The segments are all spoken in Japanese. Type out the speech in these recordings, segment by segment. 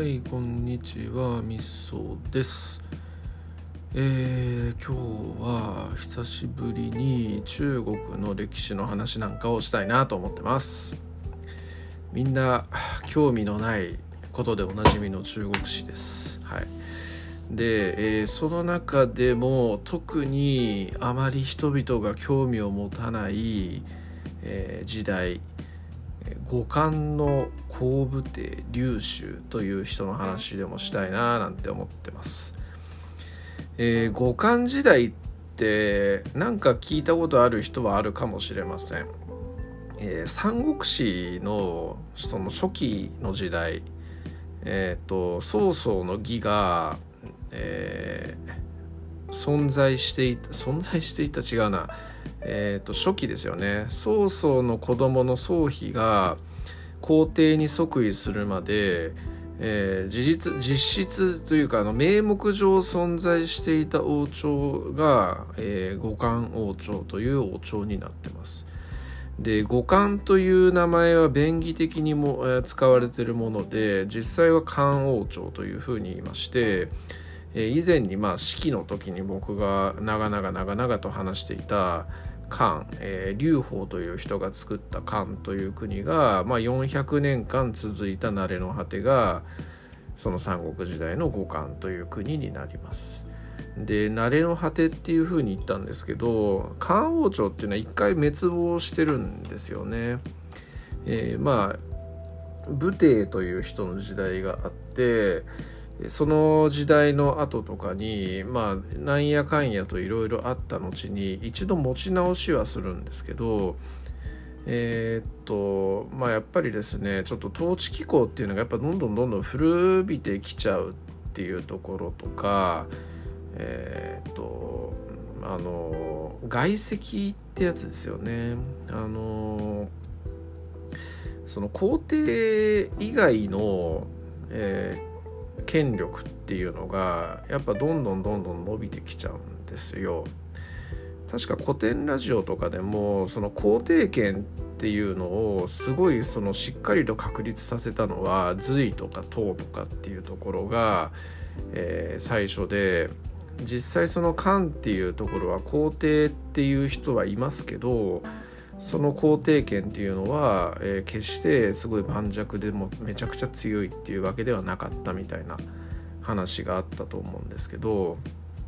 はいこんにちは、みそです。今日は久しぶりに中国の歴史の話なんかをしたいなと思ってます。みんな興味のないことでおなじみの中国史です。で、その中でも特にあまり人々が興味を持たない、時代、後漢の皇武帝劉秀という人の話でもしたいななんて思ってます。後漢時代ってなんか聞いたことある人はあるかもしれません。三国志のその初期の時代、曹操の義が、存在していた違うな、初期ですよね。曹操の子供の曹丕が皇帝に即位するまで、実質というか名目上存在していた王朝が、後漢王朝という王朝になってます。で、後漢という名前は便宜的にも、使われているもので、実際は漢王朝というふうに言いまして、以前に式の時に僕が長々と話していた漢、劉邦という人が作った漢という国が、400年間続いた慣れの果てがその三国時代の後漢という国になります。で、慣れの果てっていうふうに言ったんですけど、漢王朝っていうのは一回滅亡してるんですよね。武帝という人の時代があって、その時代の後とかになんやかんやといろいろあった後に一度持ち直しはするんですけど、やっぱりですね、ちょっと統治機構っていうのがやっぱどんどん古びてきちゃうっていうところとか、外戚ってやつですよね。その皇帝以外の、権力っていうのがやっぱどんどん伸びてきちゃうんですよ。確か古典ラジオとかでもその皇帝権っていうのをすごいそのしっかりと確立させたのは隋とか唐とかっていうところが、最初で、実際その漢っていうところは皇帝っていう人はいますけど、その皇帝権っていうのは、決してすごい盤石でもめちゃくちゃ強いっていうわけではなかったみたいな話があったと思うんですけど、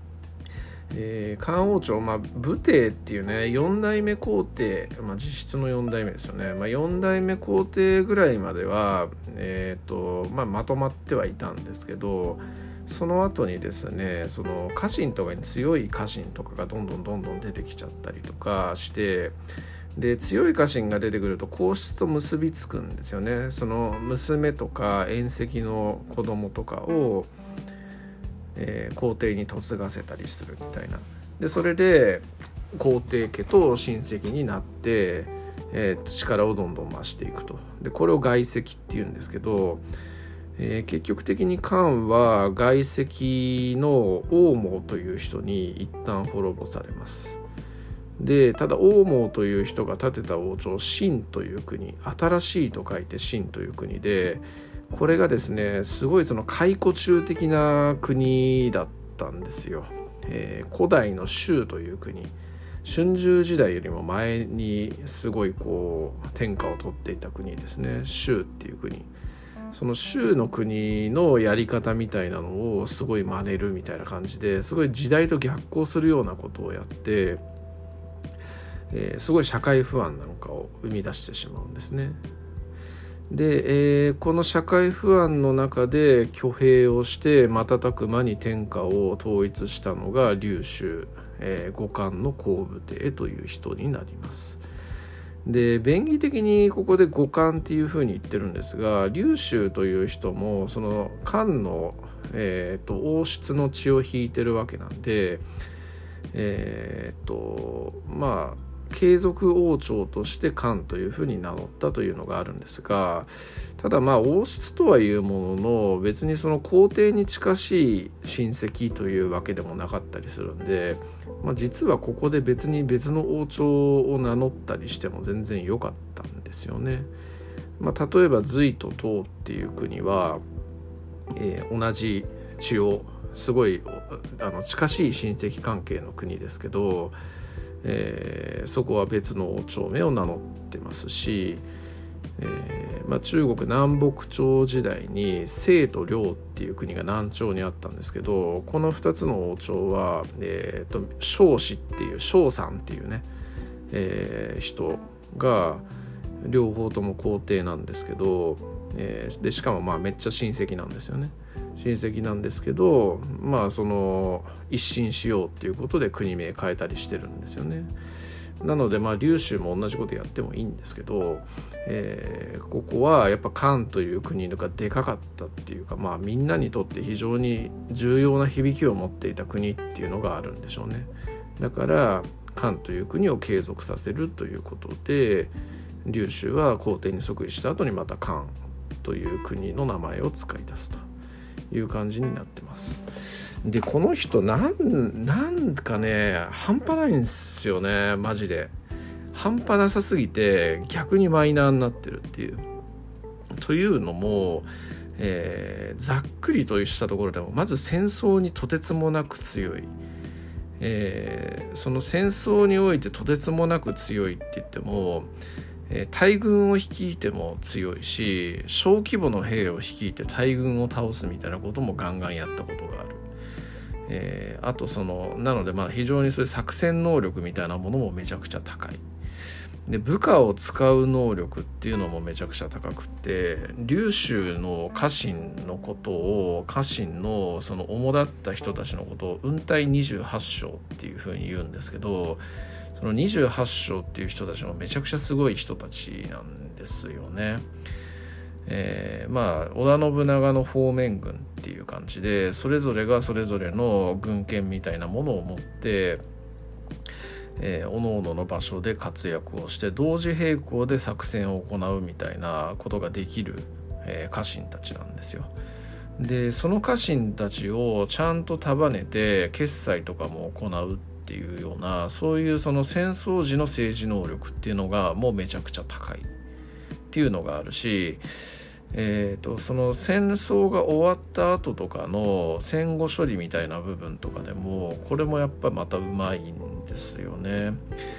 漢王朝、武帝っていうね4代目皇帝、実質の4代目ですよね。4代目皇帝ぐらいまでは、まとまってはいたんですけど、その後にですね、その家臣とかに強い家臣とかがどんどん出てきちゃったりとかして、で強い家臣が出てくると皇室と結びつくんですよね。その娘とか縁戚の子供とかを、皇帝に嫁がせたりするみたいな。でそれで皇帝家と親戚になって、力をどんどん増していくと。でこれを外戚っていうんですけど、結局的に漢は外戚の王猛という人に一旦滅ぼされます。でただ王猛という人が建てた王朝秦という国、新しいと書いて秦という国で、これがですねすごいその解雇中的な国だったんですよ。古代の周という国、春秋時代よりも前にすごい天下を取っていた国ですね。周っていう国、その周の国のやり方みたいなのをすごい真似るみたいな感じで、すごい時代と逆行するようなことをやって、すごい社会不安なんかを生み出してしまうんですね。で、この社会不安の中で挙兵をして瞬く間に天下を統一したのが劉秀、後漢の皇武帝という人になります。で便宜的にここで後漢っていうふうに言ってるんですが、劉秀という人もその漢の、王室の血を引いてるわけなんで、継続王朝として漢というふうに名乗ったというのがあるんですが、ただ王室とはいうものの別にその皇帝に近しい親戚というわけでもなかったりするんで、実はここで別に別の王朝を名乗ったりしても全然良かったんですよね。例えば隋と唐っていう国は同じ血をすごい近しい親戚関係の国ですけど、そこは別の王朝名を名乗ってますし、中国南北朝時代に清と遼っていう国が南朝にあったんですけど、この2つの王朝は、庄氏っていう庄さんっていうね、人が両方とも皇帝なんですけど、でしかもめっちゃ親戚なんですよね。親戚なんですけど、その一新しようっていうことで国名変えたりしてるんですよね。なので劉州も同じことやってもいいんですけど、ここはやっぱ漢という国がでかかったっていうか、みんなにとって非常に重要な響きを持っていた国っていうのがあるんでしょうね。だから漢という国を継続させるということで、劉州は皇帝に即位した後にまた漢という国の名前を使い出すという感じになってます。でこの人なんかね半端ないんですよね。マジで半端なさすぎて逆にマイナーになってるっていう。というのも、ざっくりとしたところでもまず戦争にとてつもなく強い、その戦争においてとてつもなく強いって言っても、大軍を率いても強いし、小規模の兵を率いて大軍を倒すみたいなこともガンガンやったことがある。あとなので非常にそういう作戦能力みたいなものもめちゃくちゃ高い。で部下を使う能力っていうのもめちゃくちゃ高くて、劉州の家臣のことを、家臣のその主だった人たちのことを雲体28将っていうふうに言うんですけど、その28将っていう人たちもめちゃくちゃすごい人たちなんですよね。織田信長の方面軍っていう感じで、それぞれがそれぞれの軍権みたいなものを持って各々の場所で活躍をして同時並行で作戦を行うみたいなことができる、家臣たちなんですよ。でその家臣たちをちゃんと束ねて決済とかも行うっていうような、そういうその戦争時の政治能力っていうのがもうめちゃくちゃ高いっていうのがあるし、その戦争が終わった後とかの戦後処理みたいな部分とかでもこれもやっぱまたうまいんですよね。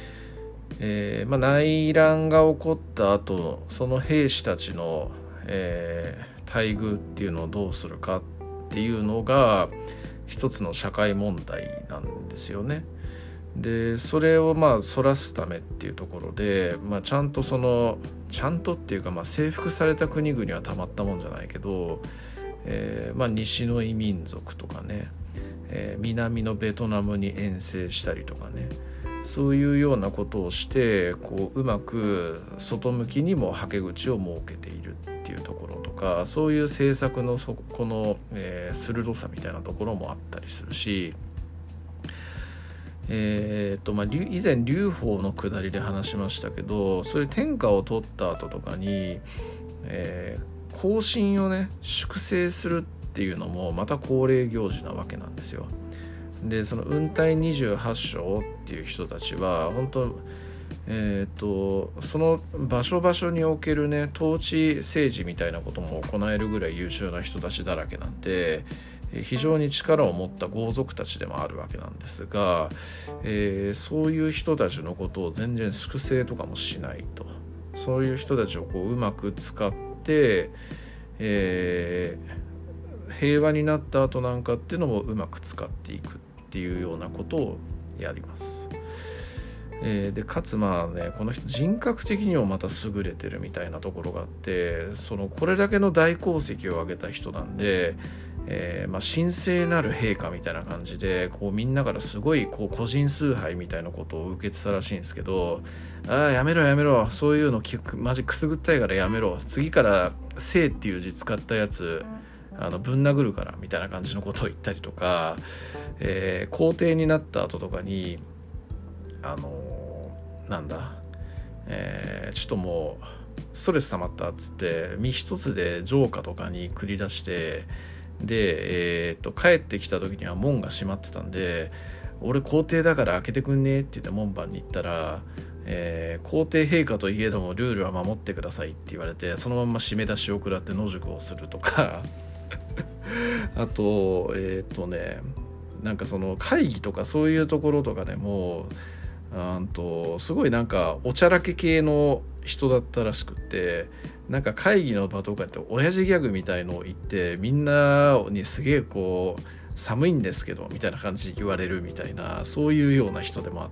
内乱が起こった後、その兵士たちの、待遇っていうのをどうするかっていうのが一つの社会問題なんですよね。でそれをそらすためっていうところで、ちゃんとっていうか征服された国々はたまったもんじゃないけど、西の異民族とかね、南のベトナムに遠征したりとかね、そういうようなことをしてうまく外向きにもはけ口を設けているっていうところとか、そういう政策のこの、鋭さみたいなところもあったりするし、以前劉邦の下りで話しましたけど、そういう天下を取った後とかに、行進をね粛清するっていうのもまた恒例行事なわけなんですよ。でその雲体28将っていう人たちは本当その場所場所におけるね統治政治みたいなことも行えるぐらい優秀な人たちだらけなんで、非常に力を持った豪族たちでもあるわけなんですが、そういう人たちのことを全然粛清とかもしないと。そういう人たちをうまく使って、平和になった後なんかっていうのもうまく使っていくっていうようなことをやります。でかつこの人人格的にもまた優れてるみたいなところがあって、これだけの大功績を上げた人なんで、神聖なる陛下みたいな感じでみんなからすごい個人崇拝みたいなことを受けてたらしいんですけど、やめろそういうのマジくすぐったいからやめろ、次から聖っていう字使ったやつぶん殴るからみたいな感じのことを言ったりとか、皇帝になった後とかにちょっともうストレス溜まったっつって身一つで城下とかに繰り出して、で、帰ってきた時には門が閉まってたんで、俺皇帝だから開けてくんねって言って門番に行ったら、皇帝陛下といえどもルールは守ってくださいって言われて、そのまま締め出しを食らって野宿をするとかあとなんかその会議とかそういうところとかでもすごいなんかおちゃらけ系の人だったらしくて、なんか会議の場とかって親父ギャグみたいのを言ってみんなにすげえこう寒いんですけどみたいな感じで言われるみたいな、そういうような人でもあって、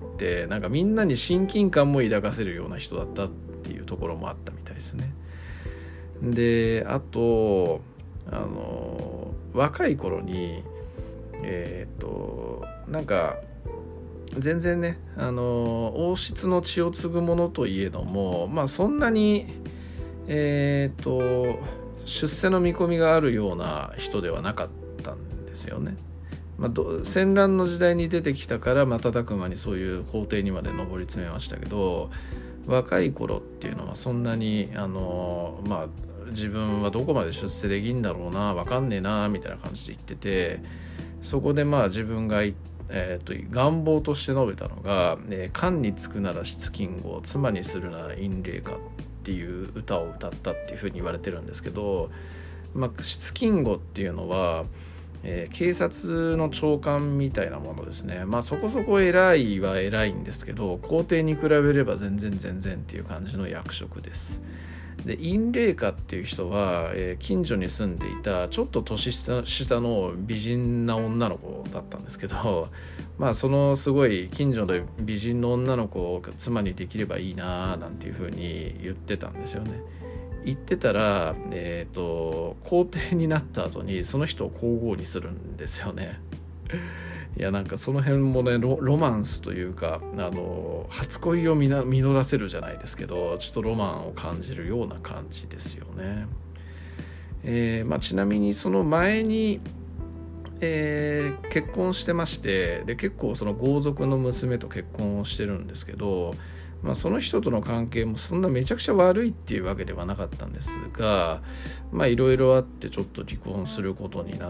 なんかみんなに親近感も抱かせるような人だったっていうところもあったみたいですね。であと若い頃になんか全然ね王室の血を継ぐものといえども、まあそんなに出世の見込みがあるような人ではなかったんですよね。戦乱の時代に出てきたから瞬く間にそういう皇帝にまで上り詰めましたけど、若い頃っていうのはそんなに自分はどこまで出世できんだろうな、分かんねえなみたいな感じで言ってて、そこで自分が願望として述べたのが「官につくなら失禁語、妻にするなら陰霊歌」っていう歌を歌ったっていうふうに言われてるんですけど、失禁語っていうのは、警察の長官みたいなものですね。そこそこ偉いは偉いんですけど、皇帝に比べれば全然っていう感じの役職です。で陰霊家っていう人は、近所に住んでいたちょっと年下の美人な女の子だったんですけど、そのすごい近所で美人の女の子を妻にできればいいななんていう風に言ってたんですよね。言ってたら、皇帝になった後にその人を皇后にするんですよね。いやなんかその辺もね ロマンスというか初恋を実らせるじゃないですけど、ちょっとロマンを感じるような感じですよね。ちなみにその前に、結婚してまして、で結構その豪族の娘と結婚をしてるんですけど、その人との関係もそんなめちゃくちゃ悪いっていうわけではなかったんですが、いろいろあってちょっと離婚することになって、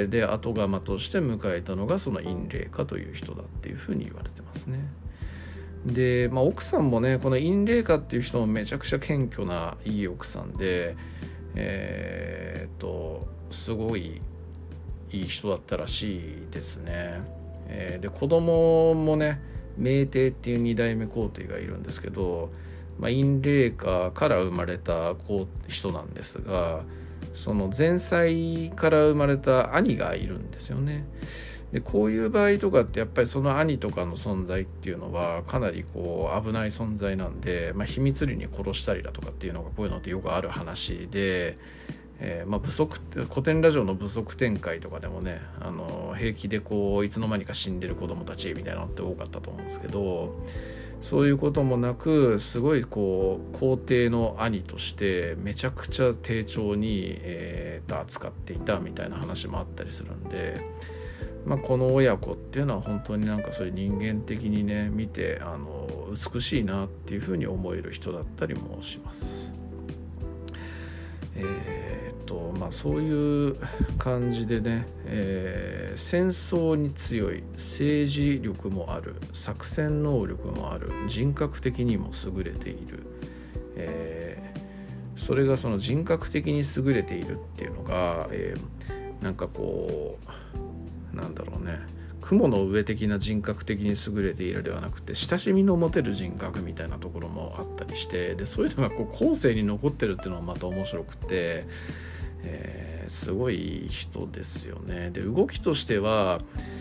で後釜として迎えたのがその陰霊家という人だっていうふうに言われてますね。で、奥さんもね、この陰霊家っていう人もめちゃくちゃ謙虚ないい奥さんで、すごいいい人だったらしいですね。で子供もね、明帝っていう2代目皇帝がいるんですけど、陰霊家から生まれた人なんですが、その前妻から生まれた兄がいるんですよね。でこういう場合とかってやっぱりその兄とかの存在っていうのはかなりこう危ない存在なんで、秘密裏に殺したりだとかっていうのがこういうのってよくある話で、古典ラジオの武則展開とかでもね、平気でこういつの間にか死んでる子供たちみたいなのって多かったと思うんですけど、そういうこともなくすごいこう皇帝の兄としてめちゃくちゃ丁重に、扱っていたみたいな話もあったりするんで、この親子っていうのは本当になんかそういう人間的にね見て美しいなっていうふうに思える人だったりもします。そういう感じでね、戦争に強い、政治力もある、作戦能力もある、人格的にも優れている、それがその人格的に優れているっていうのが、なんかこうなんだろうね、雲の上的な人格的に優れているではなくて、親しみの持てる人格みたいなところもあったりして、でそういうのがこう後世に残ってるっていうのはまた面白くて、すごい人ですよね。で動きとしては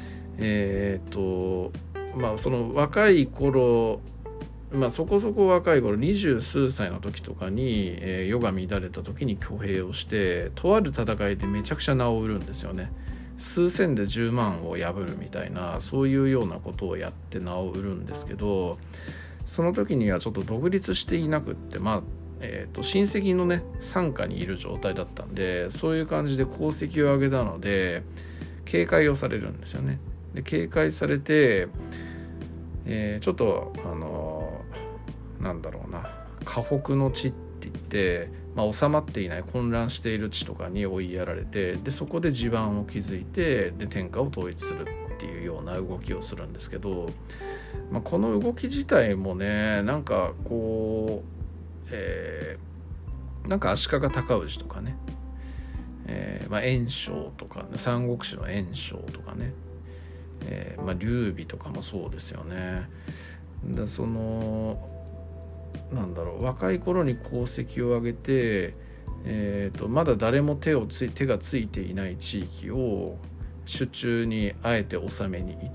その若い頃、そこそこ若い頃20数歳の時とかに、世が乱れた時に挙兵をして、とある戦いでめちゃくちゃ名を売るんですよね。数千で10万を破るみたいな、そういうようなことをやって名を売るんですけど、その時にはちょっと独立していなくって、親戚のね傘下にいる状態だったんで、そういう感じで功績を上げたので警戒をされるんですよね。で警戒されて、ちょっとなんだろうな、河北の地って言って、収まっていない混乱している地とかに追いやられて、でそこで地盤を築いて、で天下を統一するっていうような動きをするんですけど、この動き自体もね、なんかこう、なんか足利尊氏とかね、 袁紹とか、ね、三国志の袁紹とかね、劉備とかもそうですよね。だそのなんだろう、若い頃に功績を上げて、まだ誰も手がついていない地域を手中にあえて収めに行って、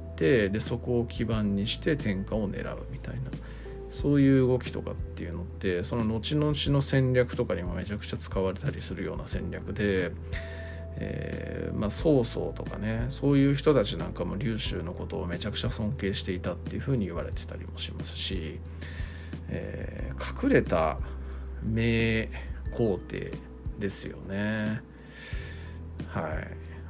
でそこを基盤にして天下を狙うみたいな、そういう動きとかっていうのって、その後々の戦略とかにもめちゃくちゃ使われたりするような戦略で、曹操とかね、そういう人たちなんかも劉州のことをめちゃくちゃ尊敬していたっていうふうに言われてたりもしますし、隠れた名皇帝ですよね。はい。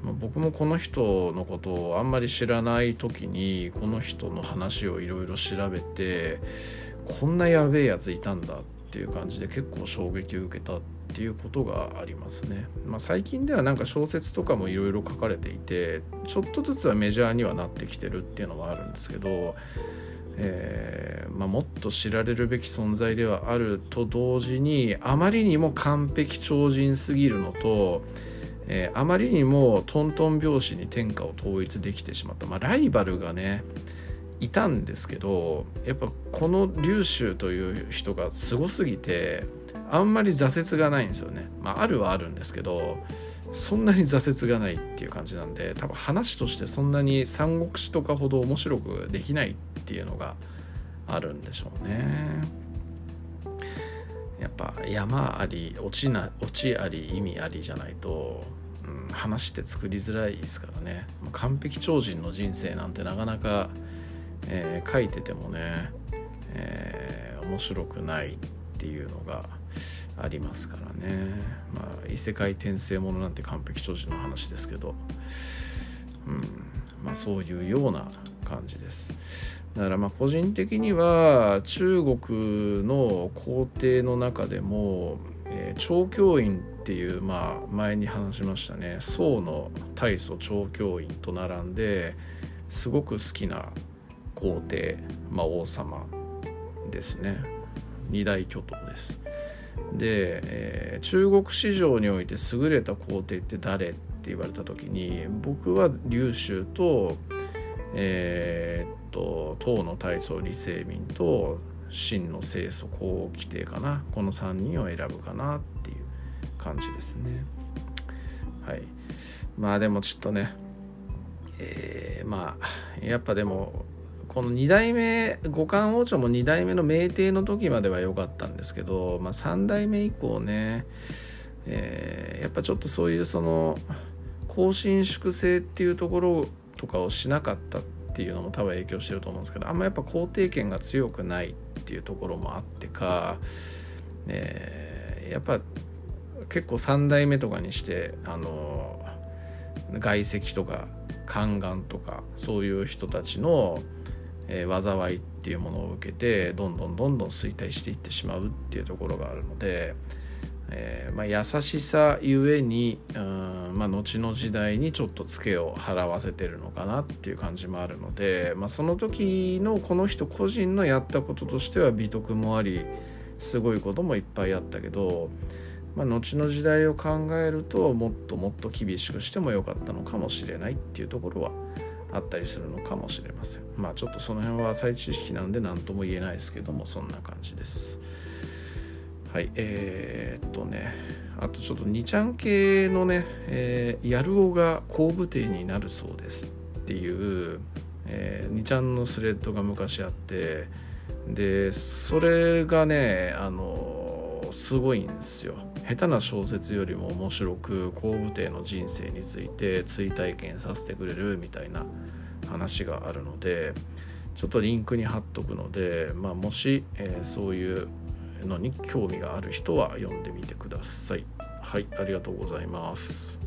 僕もこの人のことをあんまり知らない時にこの人の話をいろいろ調べて、こんなやべえやついたんだっていう感じで結構衝撃を受けたっていうことがありますね。最近ではなんか小説とかもいろいろ書かれていて、ちょっとずつはメジャーにはなってきてるっていうのはあるんですけど、もっと知られるべき存在ではあると同時に、あまりにも完璧超人すぎるのと、あまりにもトントン拍子に天下を統一できてしまった、ライバルがねいたんですけど、やっぱこの劉州という人がすごすぎてあんまり挫折がないんですよね。あるはあるんですけど、そんなに挫折がないっていう感じなんで、多分話としてそんなに三国志とかほど面白くできないっていうのがあるんでしょうね。やっぱ山ありオチあり意味ありじゃないと、話って作りづらいですからね。完璧超人の人生なんてなかなか、書いててもね、面白くないっていうのがありますからね。異世界転生ものなんて完璧超人の話ですけど、そういうような感じです。だから個人的には中国の皇帝の中でも、長教院っていう、前に話しましたね、宋の大祖長教院と並んですごく好きな皇帝、王様ですね。二大巨頭です。で、中国史上において優れた皇帝って誰って言われた時に、僕は劉州と唐の大祖李世民と秦の正祖皇輝帝かな、この3人を選ぶかなっていう感じですね。はい。でもちょっとね、やっぱでもこの2代目五冠王朝も2代目の明帝の時までは良かったんですけど、3代目以降ね、やっぱちょっとそういうその後進粛清っていうところとかをしなかったっていうのも多分影響してると思うんですけど、あんまやっぱ肯定権が強くないっていうところもあってか、やっぱ結構3代目とかにして外戚とか宦官とかそういう人たちの災いっていうものを受けてどんどん衰退していってしまうっていうところがあるので、優しさゆえに後の時代にちょっとツケを払わせてるのかなっていう感じもあるので、その時のこの人個人のやったこととしては美徳もありすごいこともいっぱいあったけど、後の時代を考えるともっと厳しくしてもよかったのかもしれないっていうところはあったりするのかもしれません。ちょっとその辺は浅い知識なんで何とも言えないですけども、そんな感じです。はい。あとちょっと2ちゃん系のね、やるおが後部帝になるそうですっていう2ちゃんのスレッドが昔あって、でそれがねすごいんですよ。下手な小説よりも面白く後部帝の人生について追体験させてくれるみたいな話があるので、ちょっとリンクに貼っとくので、もし、そういうのに興味がある人は読んでみてください。はい、ありがとうございます。